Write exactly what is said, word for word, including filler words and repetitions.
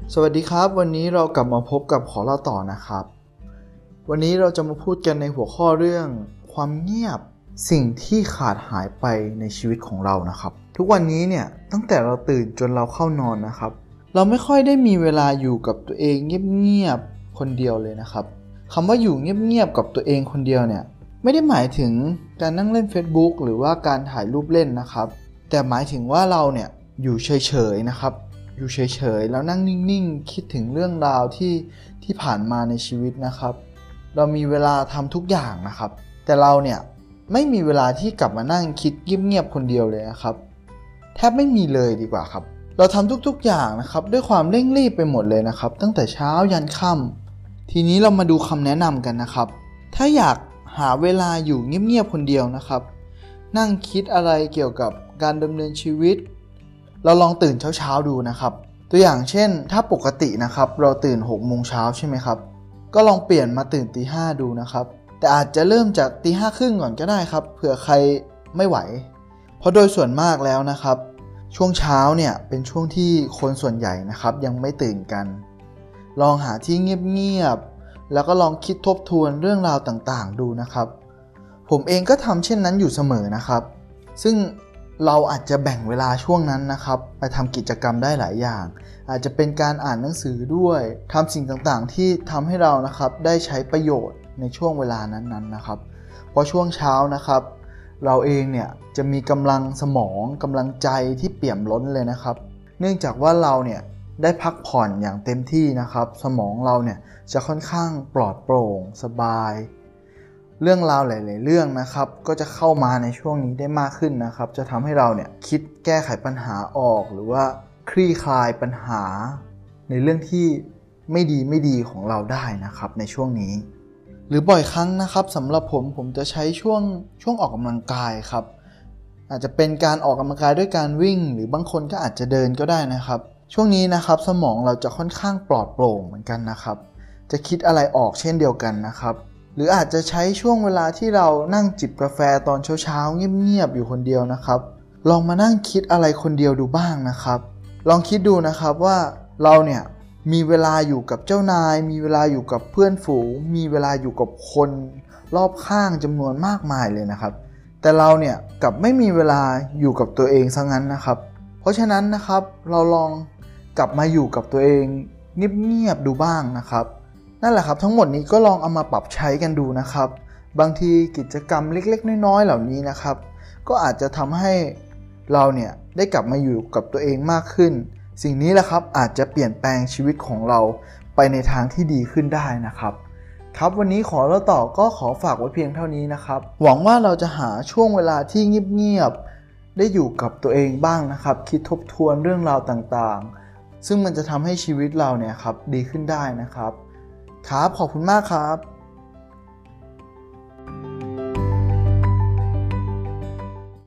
สวัสดีครับวันนี้เรากลับมาพบกับขอเล่าต่อนะครับวันนี้เราจะมาพูดกันในหัวข้อเรื่องความเงียบสิ่งที่ขาดหายไปในชีวิตของเรานะครับทุกวันนี้เนี่ยตั้งแต่เราตื่นจนเราเข้านอนนะครับเราไม่ค่อยได้มีเวลาอยู่กับตัวเองเงียบๆคนเดียวเลยนะครับคำว่าอยู่เงียบๆกับตัวเองคนเดียวเนี่ยไม่ได้หมายถึงการนั่งเล่น Facebook หรือว่าการถ่ายรูปเล่นนะครับแต่หมายถึงว่าเราเนี่ยอยู่เฉยๆนะครับอยู่เฉยๆแล้วนั่งนิ่งๆคิดถึงเรื่องราวที่ที่ผ่านมาในชีวิตนะครับเรามีเวลาทำทุกอย่างนะครับแต่เราเนี่ยไม่มีเวลาที่กลับมานั่งคิดเงียบๆคนเดียวเลยนะครับแทบไม่มีเลยดีกว่าครับเราทำทุกๆอย่างนะครับด้วยความเร่งรีบไปหมดเลยนะครับตั้งแต่เช้ายันค่ำทีนี้เรามาดูคำแนะนำกันนะครับถ้าอยากหาเวลาอยู่เงียบๆคนเดียวนะครับนั่งคิดอะไรเกี่ยวกับการดำเนินชีวิตเราลองตื่นเช้าๆดูนะครับตัวอย่างเช่นถ้าปกตินะครับเราตื่นหกโมงเช้าใช่ไหมครับก็ลองเปลี่ยนมาตื่นตีห้าดูนะครับแต่อาจจะเริ่มจากตีห้าครึ่งก่อนก็ได้ครับเผื่อใครไม่ไหวเพราะโดยส่วนมากแล้วนะครับช่วงเช้าเนี่ยเป็นช่วงที่คนส่วนใหญ่นะครับยังไม่ตื่นกันลองหาที่เงียบๆแล้วก็ลองคิดทบทวนเรื่องราวต่างๆดูนะครับผมเองก็ทำเช่นนั้นอยู่เสมอนะครับซึ่งเราอาจจะแบ่งเวลาช่วงนั้นนะครับไปทำกิจกรรมได้หลายอย่างอาจจะเป็นการอ่านหนังสือด้วยทำสิ่งต่างๆที่ทำให้เรานะครับได้ใช้ประโยชน์ในช่วงเวลานั้นๆนะครับเพราะช่วงเช้านะครับเราเองเนี่ยจะมีกำลังสมองกำลังใจที่เปี่ยมล้นเลยนะครับเนื่องจากว่าเราเนี่ยได้พักผ่อนอย่างเต็มที่นะครับสมองเราเนี่ยจะค่อนข้างปลอดโปร่งสบายเรื่องราวหลายๆเรื่องนะครับก็จะเข้ามาในช่วงนี้ได้มากขึ้นนะครับจะทำให้เราเนี่ยคิดแก้ไขปัญหาออกหรือว่าคลี่คลายปัญหาในเรื่องที่ไม่ดีไม่ดีของเราได้นะครับในช่วงนี้หรือบ่อยครั้งนะครับสำหรับผมผมจะใช้ช่วงช่วงออกกำลังกายครับอาจจะเป็นการออกกำลังกายด้วยการวิ่งหรือบางคนก็อาจจะเดินก็ได้นะครับช่วงนี้นะครับสมองเราจะค่อนข้างปลอดโปร่งเหมือนกันนะครับจะคิดอะไรออกเช่นเดียวกันนะครับหรืออาจจะใช้ช่วงเวลาที่เรานั่งจิบกาแฟตอนเช้าๆเงียบๆอยู่คนเดียวนะครับลองมานั่งคิดอะไรคนเดียวดูบ้างนะครับลองคิดดูนะครับว่าเราเนี่ยมีเวลาอยู่กับเจ้านายมีเวลาอยู่กับเพื่อนฝูงมีเวลาอยู่กับคนรอบข้างจำนวนมากมายเลยนะครับแต่เราเนี่ยกลับไม่มีเวลาอยู่กับตัวเองซะงั้นนะครับเพราะฉะนั้นนะครับเราลองกลับมาอยู่กับตัวเองเงียบๆดูบ้างนะครับนั่นแหละครับทั้งหมดนี้ก็ลองเอามาปรับใช้กันดูนะครับบางทีกิจกรรมเล็กๆน้อยๆเหล่านี้นะครับก็อาจจะทำให้เราเนี่ยได้กลับมาอยู่กับตัวเองมากขึ้นสิ่งนี้แหละครับอาจจะเปลี่ยนแปลงชีวิตของเราไปในทางที่ดีขึ้นได้นะครับครับวันนี้ขอเล่าต่อก็ขอฝากไว้เพียงเท่านี้นะครับหวังว่าเราจะหาช่วงเวลาที่เงียบๆได้อยู่กับตัวเองบ้างนะครับคิดทบทวนเรื่องราวต่างๆซึ่งมันจะทำให้ชีวิตเราเนี่ยครับดีขึ้นได้นะครับครับขอบคุณมากครับ